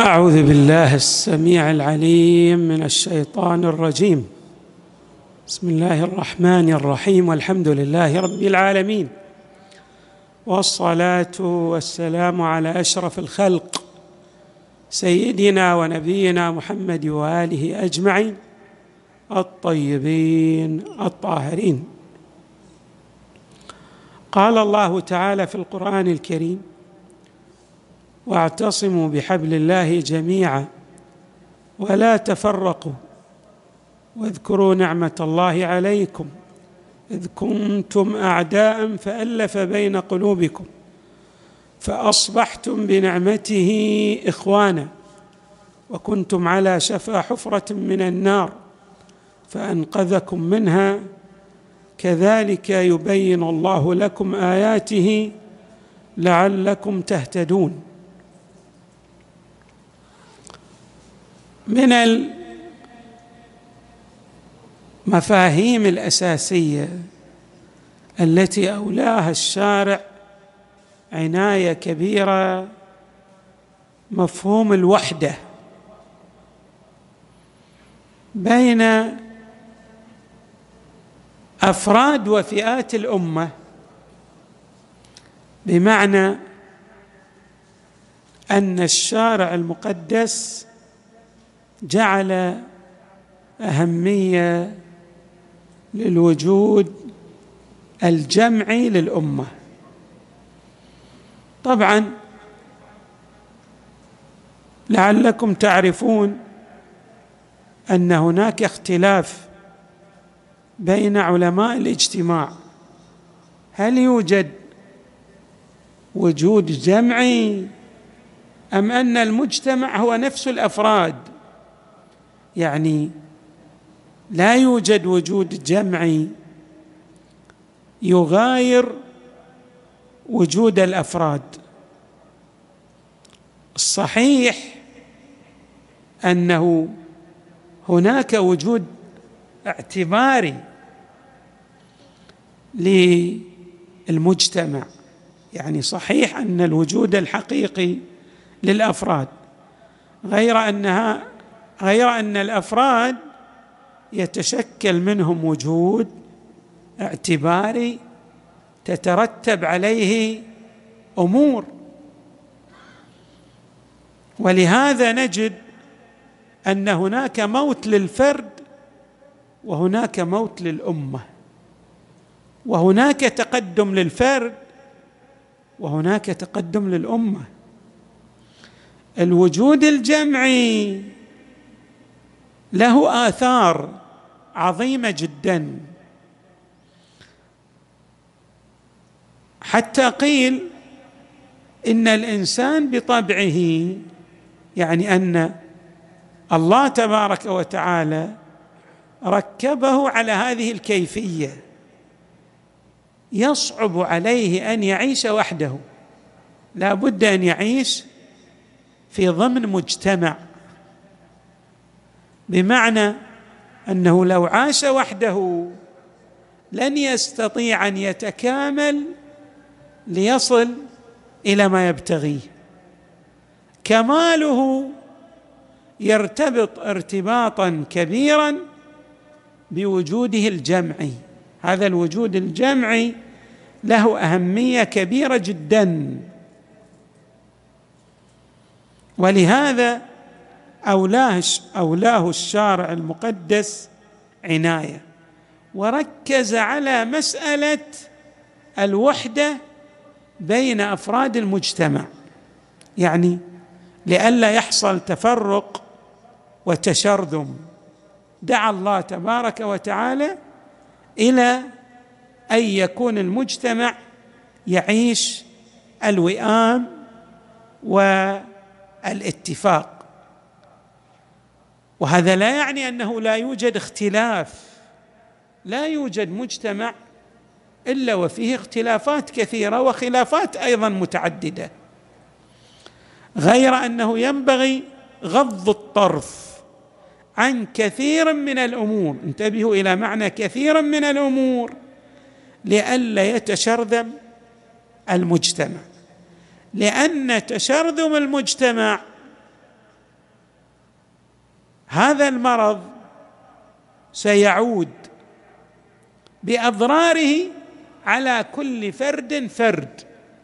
أعوذ بالله السميع العليم من الشيطان الرجيم. بسم الله الرحمن الرحيم، والحمد لله رب العالمين، والصلاة والسلام على أشرف الخلق سيدنا ونبينا محمد وآله أجمعين الطيبين الطاهرين. قال الله تعالى في القرآن الكريم: واعتصموا بحبل الله جميعا ولا تفرقوا واذكروا نعمة الله عليكم إذ كنتم أعداء فألف بين قلوبكم فأصبحتم بنعمته إخوانا وكنتم على شفا حفرة من النار فأنقذكم منها كذلك يبين الله لكم آياته لعلكم تهتدون. من المفاهيم الأساسية التي أولاها الشارع عناية كبيرة مفهوم الوحدة بين أفراد وفئات الأمة، بمعنى أن الشارع المقدس جعل أهمية للوجود الجمعي للأمة. طبعا لعلكم تعرفون أن هناك اختلاف بين علماء الاجتماع، هل يوجد وجود جمعي أم أن المجتمع هو نفس الأفراد؟ يعني لا يوجد وجود جمعي يغاير وجود الأفراد. الصحيح أنه هناك وجود اعتباري للمجتمع، يعني صحيح أن الوجود الحقيقي للأفراد، غير أن الأفراد يتشكل منهم وجود اعتباري تترتب عليه أمور. ولهذا نجد أن هناك موت للفرد وهناك موت للأمة، وهناك تقدم للفرد وهناك تقدم للأمة. الوجود الجمعي له آثار عظيمة جدا، حتى قيل إن الإنسان بطبعه، يعني أن الله تبارك وتعالى ركبه على هذه الكيفية، يصعب عليه أن يعيش وحده، لا بد أن يعيش في ضمن مجتمع، بمعنى أنه لو عاش وحده لن يستطيع أن يتكامل ليصل إلى ما يبتغيه. كماله يرتبط ارتباطا كبيرا بوجوده الجمعي، هذا الوجود الجمعي له أهمية كبيرة جدا، ولهذا أولاه الشارع المقدس عناية، وركز على مسألة الوحدة بين أفراد المجتمع، يعني لئلا يحصل تفرق وتشرذم. دعا الله تبارك وتعالى إلى أن يكون المجتمع يعيش الوئام والاتفاق، وهذا لا يعني أنه لا يوجد اختلاف، لا يوجد مجتمع إلا وفيه اختلافات كثيرة وخلافات أيضا متعددة، غير أنه ينبغي غض الطرف عن كثير من الأمور. انتبهوا إلى معنى كثير من الأمور لئلا يتشرذم المجتمع، لأن تشرذم المجتمع هذا المرض سيعود بأضراره على كل فرد فرد،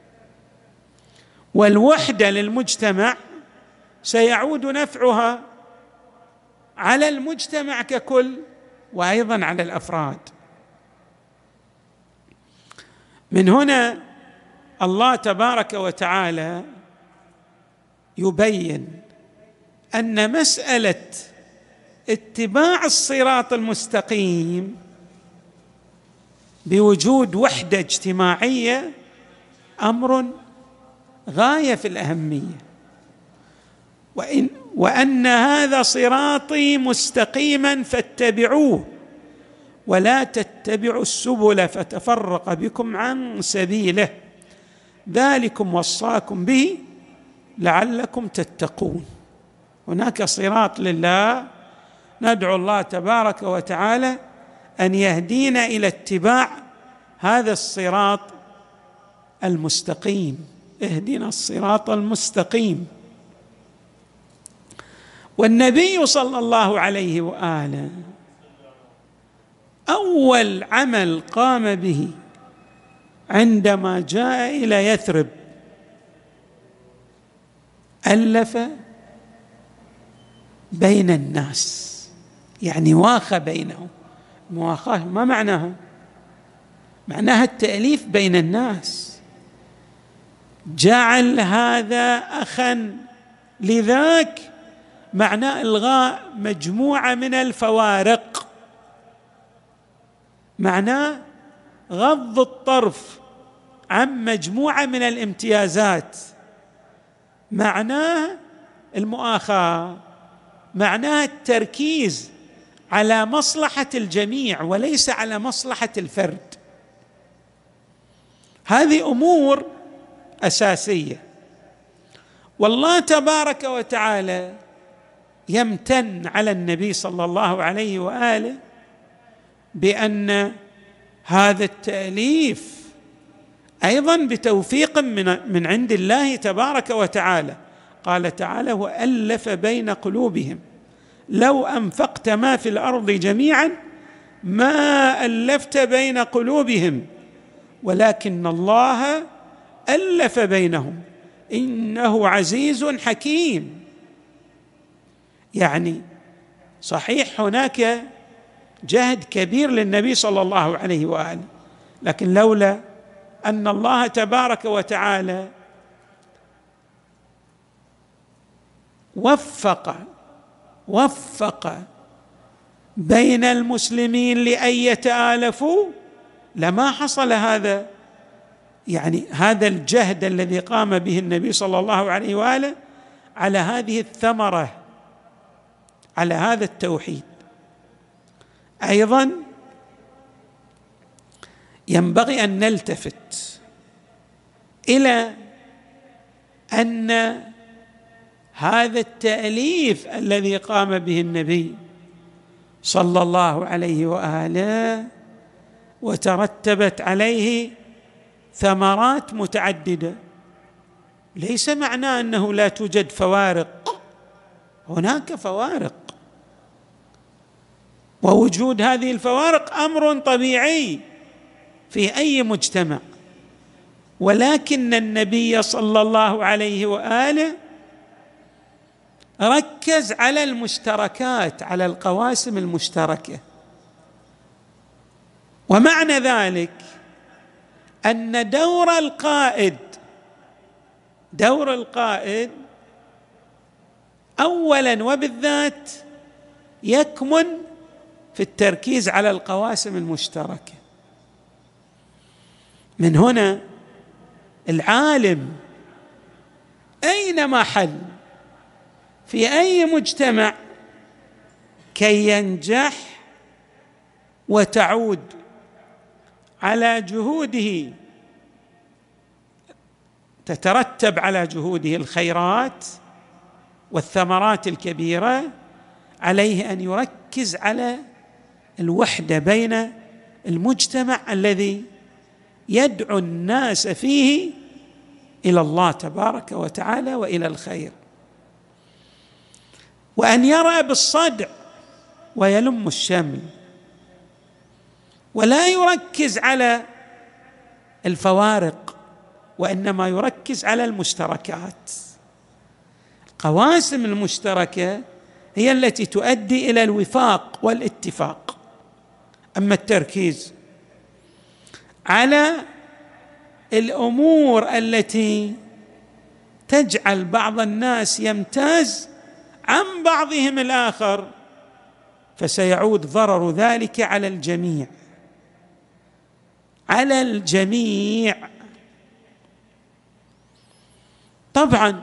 والوحدة للمجتمع سيعود نفعها على المجتمع ككل وأيضا على الأفراد. من هنا الله تبارك وتعالى يبين أن مسألة اتباع الصراط المستقيم بوجود وحدة اجتماعية أمر غاية في الأهمية، وأن هذا صراطي مستقيما فاتبعوه ولا تتبعوا السبل فتفرق بكم عن سبيله ذلكم وصاكم به لعلكم تتقون. هناك صراط لله، ندعو الله تبارك وتعالى أن يهدينا إلى اتباع هذا الصراط المستقيم. اهدنا الصراط المستقيم. والنبي صلى الله عليه وآله أول عمل قام به عندما جاء إلى يثرب ألف بين الناس، يعني واخى بينهم. المواخاة ما معناها؟ معناها التأليف بين الناس، جعل هذا أخا لذاك، معناه إلغاء مجموعة من الفوارق، معناه غض الطرف عن مجموعة من الامتيازات، معناه المؤاخاة، معناه التركيز على مصلحة الجميع وليس على مصلحة الفرد. هذه أمور أساسية. والله تبارك وتعالى يمتن على النبي صلى الله عليه وآله بأن هذا التأليف أيضا بتوفيق من عند الله تبارك وتعالى. قال تعالى: وألف بين قلوبهم لو أنفقت ما في الأرض جميعا ما ألفت بين قلوبهم ولكن الله ألف بينهم إنه عزيز حكيم. يعني صحيح هناك جهد كبير للنبي صلى الله عليه وآله، لكن لولا أن الله تبارك وتعالى وفق بين المسلمين لأن يتآلفوا لما حصل هذا. يعني هذا الجهد الذي قام به النبي صلى الله عليه وآله على هذه الثمرة، على هذا التوحيد. أيضا ينبغي أن نلتفت إلى أن هذا التأليف الذي قام به النبي صلى الله عليه وآله وترتبت عليه ثمرات متعددة، ليس معناه أنه لا توجد فوارق، هناك فوارق، ووجود هذه الفوارق أمر طبيعي في أي مجتمع، ولكن النبي صلى الله عليه وآله ركز على المشتركات، على القواسم المشتركة. ومعنى ذلك أن دور القائد أولا وبالذات يكمن في التركيز على القواسم المشتركة. من هنا العالم أينما حل في أي مجتمع كي ينجح وتعود على جهوده، تترتب على جهوده الخيرات والثمرات الكبيرة، عليه أن يركز على الوحدة بين المجتمع الذي يدعو الناس فيه إلى الله تبارك وتعالى وإلى الخير. وأن يرى بالصدع ويلم الشمل، ولا يركز على الفوارق وإنما يركز على المشتركات. القواسم المشتركة هي التي تؤدي إلى الوفاق والاتفاق. أما التركيز على الأمور التي تجعل بعض الناس يمتاز عن بعضهم الآخر فسيعود ضرر ذلك على الجميع، على الجميع. طبعا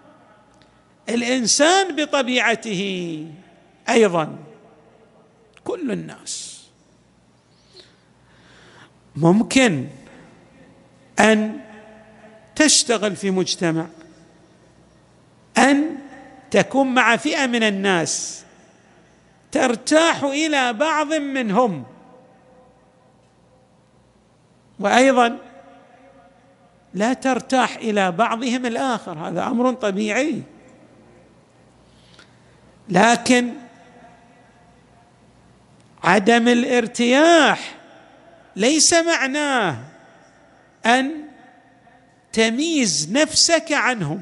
الإنسان بطبيعته أيضا كل الناس ممكن أن تشتغل في مجتمع، أن تكون مع فئة من الناس ترتاح إلى بعض منهم، وأيضا لا ترتاح إلى بعضهم الآخر، هذا أمر طبيعي. لكن عدم الارتياح ليس معناه أن تميز نفسك عنهم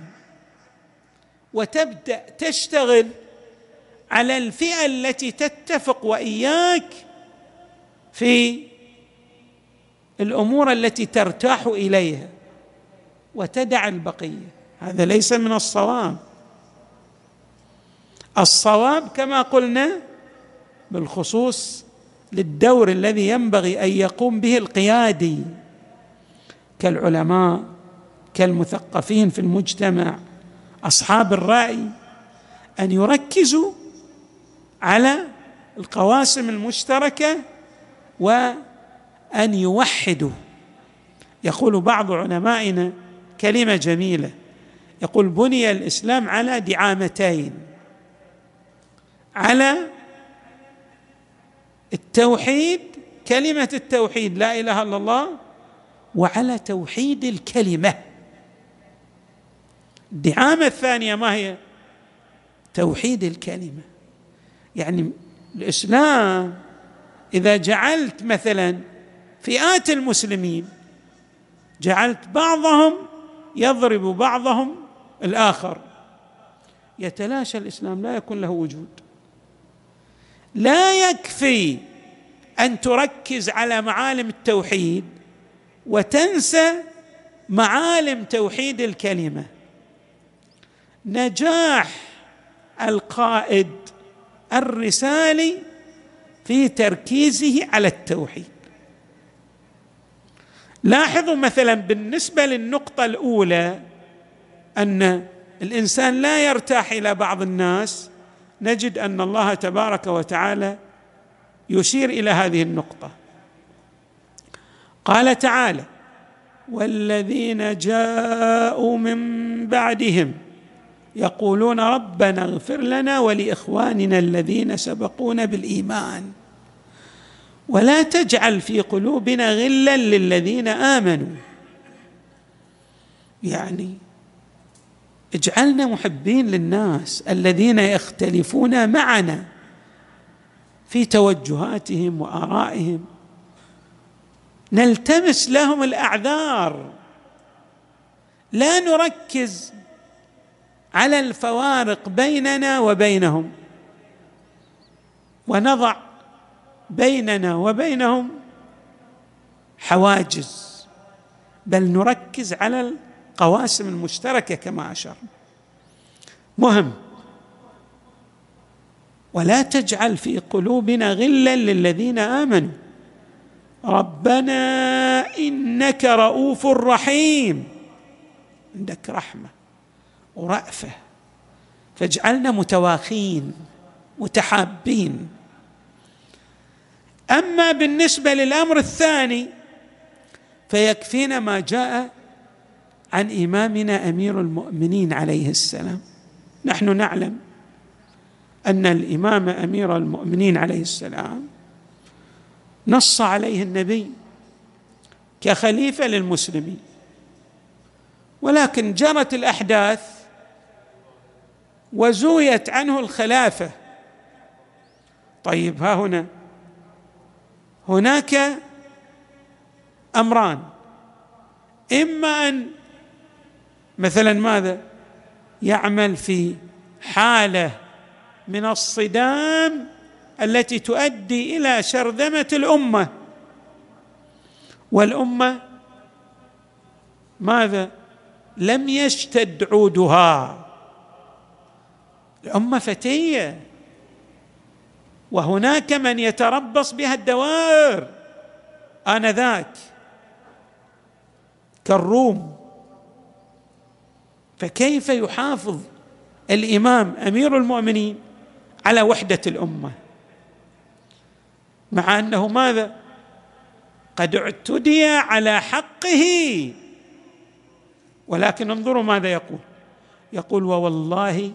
وتبدأ تشتغل على الفئة التي تتفق وإياك في الأمور التي ترتاح إليها وتدع البقية. هذا ليس من الصواب. الصواب كما قلنا بالخصوص للدور الذي ينبغي أن يقوم به القيادي كالعلماء، كالمثقفين في المجتمع، أصحاب الرأي، أن يركزوا على القواسم المشتركة وأن يوحدوا. يقول بعض علمائنا كلمة جميلة، يقول: بني الإسلام على دعامتين، على التوحيد، كلمة التوحيد لا إله إلا الله، وعلى توحيد الكلمة. الدعامة الثانية ما هي؟ توحيد الكلمة. يعني الإسلام إذا جعلت مثلا فئات المسلمين، جعلت بعضهم يضرب بعضهم الآخر، يتلاشى الإسلام، لا يكون له وجود. لا يكفي أن تركز على معالم التوحيد وتنسى معالم توحيد الكلمة. نجاح القائد الرسالي في تركيزه على التوحيد. لاحظوا مثلا بالنسبة للنقطة الأولى أن الإنسان لا يرتاح إلى بعض الناس، نجد أن الله تبارك وتعالى يشير إلى هذه النقطة. قال تعالى: والذين جاءوا من بعدهم يقولون ربنا اغفر لنا ولإخواننا الذين سبقونا بالإيمان ولا تجعل في قلوبنا غلا للذين آمنوا. يعني اجعلنا محبين للناس الذين يختلفون معنا في توجهاتهم وآرائهم، نلتمس لهم الأعذار، لا نركز على الفوارق بيننا وبينهم ونضع بيننا وبينهم حواجز، بل نركز على القواسم المشتركة كما أشرنا. مهم. ولا تجعل في قلوبنا غلا للذين آمنوا ربنا إنك رؤوف رحيم. عندك رحمة ورأفة، فاجعلنا متواخين متحابين. أما بالنسبة للأمر الثاني فيكفينا ما جاء عن إمامنا أمير المؤمنين عليه السلام. نحن نعلم أن الإمام أمير المؤمنين عليه السلام نص عليه النبي كخليفة للمسلمين، ولكن جرت الأحداث وزويت عنه الخلافة. طيب ها هناك أمران: إما أن مثلا ماذا يعمل في حالة من الصدام التي تؤدي إلى شرذمة الأمة، والأمة ماذا لم يشتد عودها، الأمة فتية، وهناك من يتربص بها الدوائر آنذاك كالروم. فكيف يحافظ الإمام أمير المؤمنين على وحدة الأمة مع أنه ماذا قد اعتدي على حقه؟ ولكن انظروا ماذا يقول: ووالله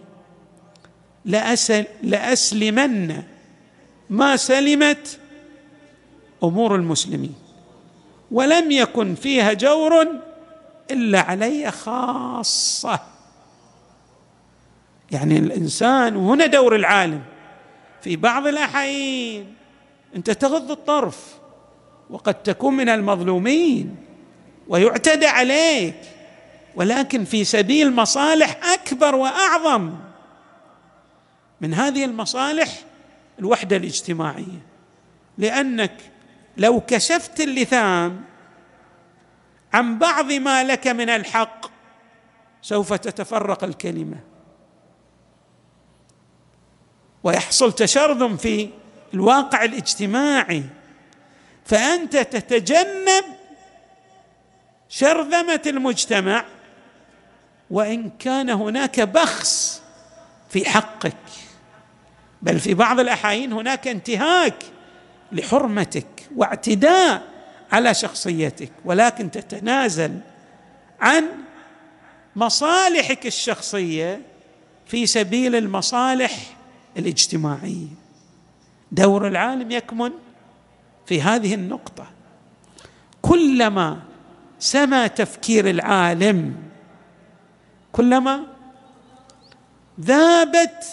لأسلمن ما سلمت أمور المسلمين ولم يكن فيها جور إلا علي خاصة. يعني الإنسان، وهنا دور العالم، في بعض الأحيان أنت تغض الطرف وقد تكون من المظلومين ويعتدى عليك، ولكن في سبيل مصالح أكبر وأعظم. من هذه المصالح الوحدة الاجتماعية، لأنك لو كشفت اللثام عن بعض ما لك من الحق سوف تتفرق الكلمة ويحصل تشرذم في الواقع الاجتماعي، فأنت تتجنب شرذمة المجتمع وإن كان هناك بخس في حقك، بل في بعض الأحيان هناك انتهاك لحرمتك واعتداء على شخصيتك، ولكن تتنازل عن مصالحك الشخصية في سبيل المصالح الاجتماعية. دور العالم يكمن في هذه النقطة. كلما سما تفكير العالم كلما ذابت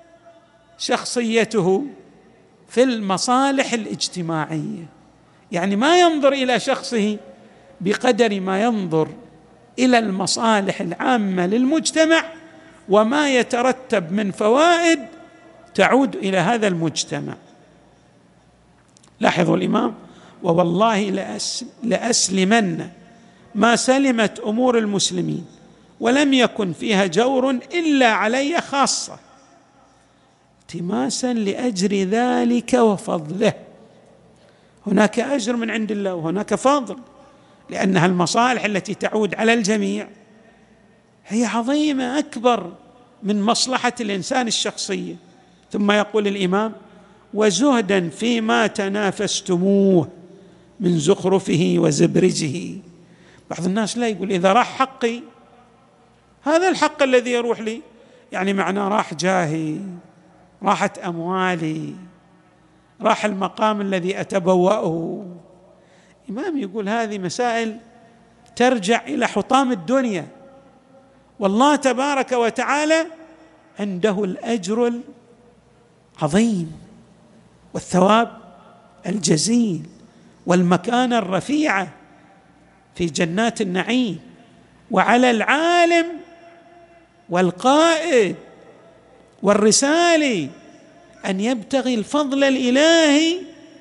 شخصيته في المصالح الاجتماعية، يعني ما ينظر إلى شخصه بقدر ما ينظر إلى المصالح العامة للمجتمع وما يترتب من فوائد تعود إلى هذا المجتمع. لاحظوا الإمام: ووالله لأسلمن ما سلمت أمور المسلمين ولم يكن فيها جور إلا علي خاصة، التماسا لأجر ذلك وفضله. هناك أجر من عند الله وهناك فضل، لأنها المصالح التي تعود على الجميع هي عظيمة أكبر من مصلحة الإنسان الشخصية. ثم يقول الإمام: وزهدا فيما تنافستموه من زخرفه وزبرجه. بعض الناس لا يقول إذا راح حقي، هذا الحق الذي يروح لي، يعني معناه راح جاهي، راحت أموالي، راح المقام الذي أتبوأه. إمام يقول هذه مسائل ترجع إلى حطام الدنيا، والله تبارك وتعالى عنده الأجر العظيم والثواب الجزيل والمكانة الرفيعة في جنات النعيم. وعلى العالم والقائد والرسالي أن يبتغي الفضل الإلهي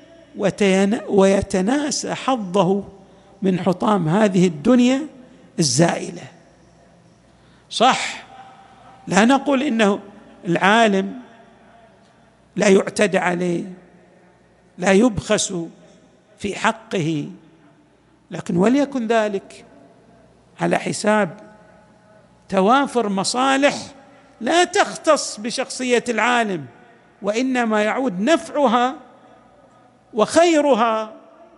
ويتناسى حظه من حطام هذه الدنيا الزائلة. صح، لا نقول إنه العالم لا يعتدى عليه، لا يبخس في حقه، لكن وليكن ذلك على حساب توافر مصالح لا تختص بشخصية العالم، وإنما يعود نفعها وخيرها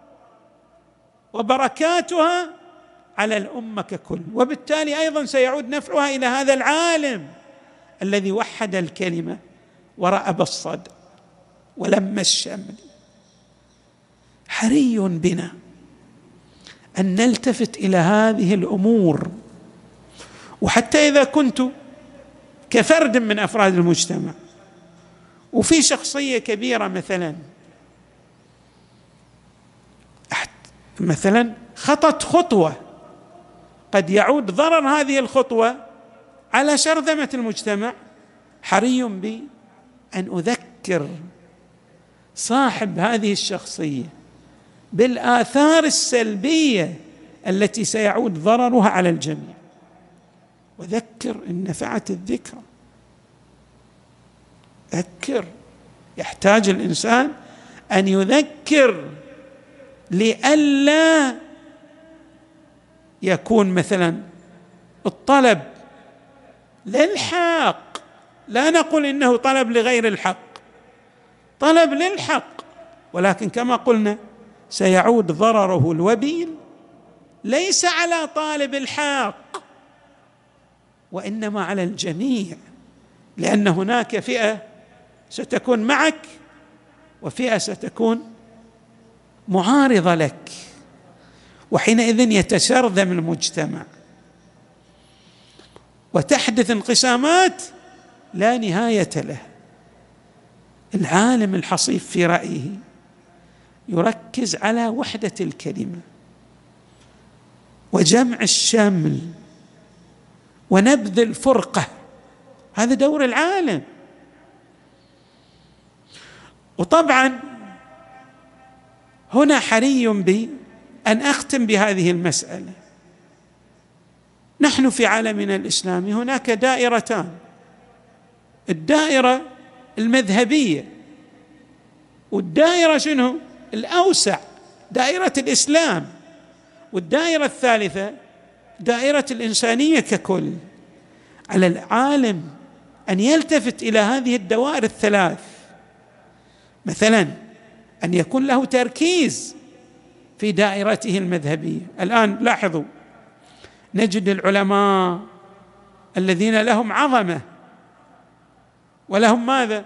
وبركاتها على الأمة ككل، وبالتالي أيضا سيعود نفعها إلى هذا العالم الذي وحد الكلمة ورأب الصدر ولم الشمل. حري بنا أن نلتفت إلى هذه الأمور. وحتى إذا كنت كفرد من أفراد المجتمع. وفي شخصية كبيرة مثلا خطت خطوة قد يعود ضرر هذه الخطوة على شرذمة المجتمع، حري بي أن أذكر صاحب هذه الشخصية بالآثار السلبية التي سيعود ضررها على الجميع، وذكر إن نفعت الذكرى. ذكر، يحتاج الإنسان أن يذكر لئلا يكون مثلا الطلب للحق، لا نقول إنه طلب لغير الحق، طلب للحق، ولكن كما قلنا سيعود ضرره الوبيل ليس على طالب الحق وإنما على الجميع، لأن هناك فئة ستكون معك وفئة ستكون معارضة لك، وحينئذ يتشرذم المجتمع وتحدث انقسامات لا نهاية لها. العالم الحصيف في رأيه يركز على وحدة الكلمة وجمع الشمل ونبذ الفرقة، هذا دور العالم. وطبعا هنا حري بي أن أختم بهذه المسألة. نحن في عالمنا الإسلامي هناك دائرتان: الدائرة المذهبية، والدائرة شنو؟ الأوسع، دائرة الإسلام، والدائرة الثالثة دائرة الإنسانية ككل. على العالم أن يلتفت إلى هذه الدوائر الثلاث، مثلا أن يكون له تركيز في دائرته المذهبية. الآن لاحظوا، نجد العلماء الذين لهم عظمة ولهم ماذا؟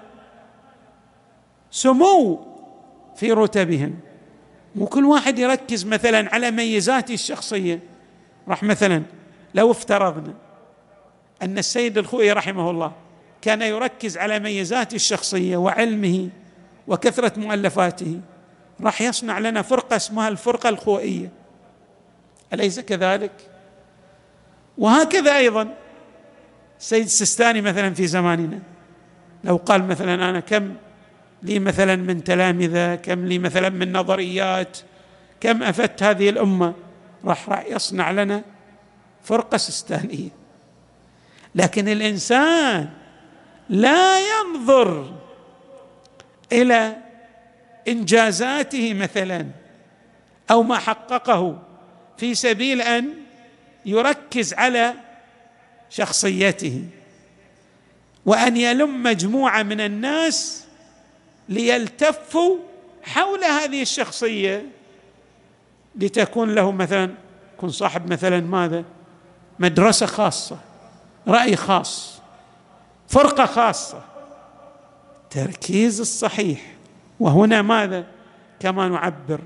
سمو في رتبهم، مو كل واحد يركز مثلا على ميزاته الشخصية. راح مثلا لو افترضنا أن السيد الخوئي رحمه الله كان يركز على ميزاته الشخصية وعلمه وكثرة مؤلفاته، راح يصنع لنا فرقة اسمها الفرقة الخوئية، أليس كذلك؟ وهكذا أيضا السيد السيستاني مثلا في زماننا لو قال مثلا أنا كم لي مثلا من تلامذة، كم لي مثلا من نظريات، كم أفدت هذه الأمة، راح يصنع لنا فرقة سيستانية. لكن الإنسان لا ينظر إلى إنجازاته مثلا أو ما حققه في سبيل أن يركز على شخصيته وأن يلم مجموعة من الناس ليلتفوا حول هذه الشخصية لتكون له مثلا، يكون صاحب مثلا ماذا؟ مدرسة خاصة، رأي خاص، فرقة خاصة. تركيز الصحيح، وهنا ماذا كما نعبر؟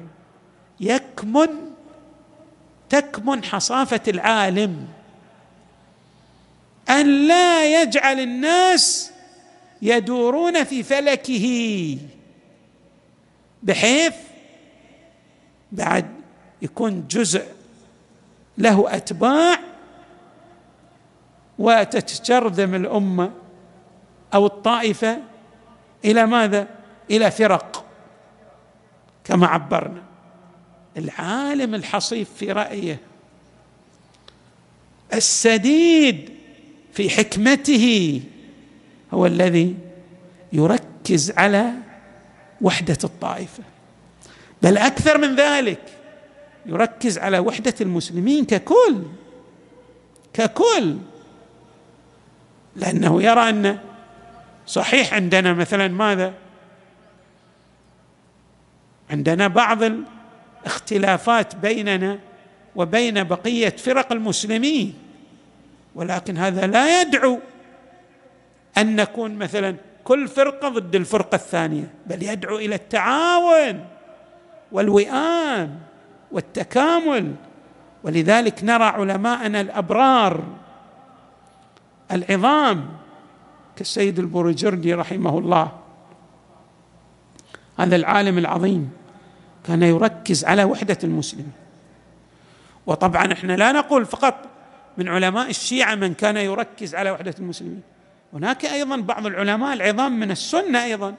تكمن حصافة العالم أن لا يجعل الناس يدورون في فلكه، بحيث بعد يكون جزء له أتباع وتتشرذم الأمة أو الطائفة إلى ماذا؟ إلى فرق كما عبرنا. العالم الحصيف في رأيه السديد في حكمته هو الذي يركز على وحدة الطائفة، بل أكثر من ذلك يركز على وحدة المسلمين ككل، لأنه يرى أن صحيح عندنا مثلا ماذا؟ عندنا بعض الاختلافات بيننا وبين بقية فرق المسلمين، ولكن هذا لا يدعو أن نكون مثلا كل فرقة ضد الفرقة الثانية، بل يدعو إلى التعاون والوئام والتكامل. ولذلك نرى علماءنا الأبرار العظام كالسيد البروجردي رحمه الله، هذا العالم العظيم كان يركز على وحدة المسلمين. وطبعا احنا لا نقول فقط من علماء الشيعة من كان يركز على وحدة المسلمين، هناك أيضا بعض العلماء العظام من السنة أيضا،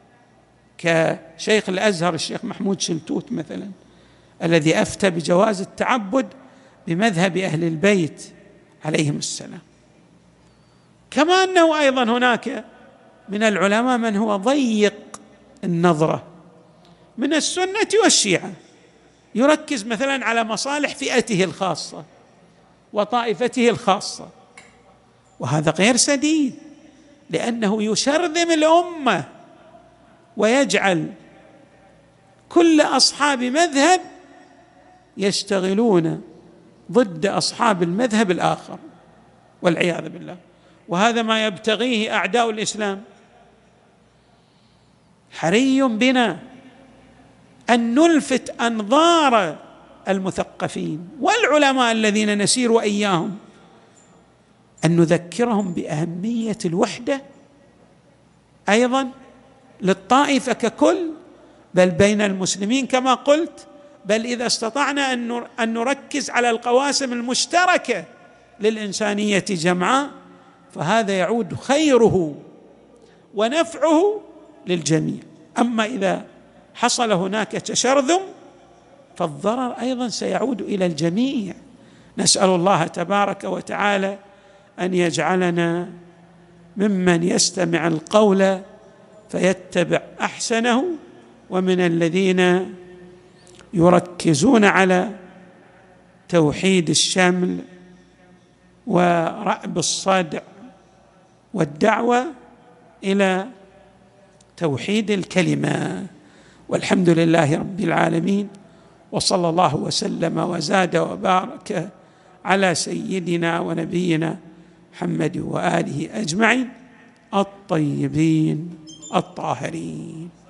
كشيخ الأزهر الشيخ محمود شلتوت مثلا، الذي أفتى بجواز التعبد بمذهب أهل البيت عليهم السلام. كما أنه أيضا هناك من العلماء من هو ضيق النظرة من السنة والشيعة، يركز مثلا على مصالح فئته الخاصة وطائفته الخاصة، وهذا غير سديد، لأنه يشرذم الأمة ويجعل كل أصحاب مذهب يشتغلون ضد أصحاب المذهب الآخر والعياذ بالله. وهذا ما يبتغيه أعداء الإسلام. حري بنا أن نلفت أنظار المثقفين والعلماء الذين نسير وإياهم، أن نذكرهم بأهمية الوحدة أيضا للطائفة ككل، بل بين المسلمين كما قلت، بل إذا استطعنا أن نركز على القواسم المشتركة للإنسانية جمعاء، فهذا يعود خيره ونفعه للجميع. أما إذا حصل هناك تشرذم فالضرر أيضا سيعود إلى الجميع. نسأل الله تبارك وتعالى أن يجعلنا ممن يستمع القول فيتبع أحسنه، ومن الذين يركزون على توحيد الشمل ورأب الصدع والدعوة إلى توحيد الكلمة. والحمد لله رب العالمين، وصلى الله وسلم وزاد وبارك على سيدنا ونبينا محمد وآله أجمعين الطيبين الطاهرين.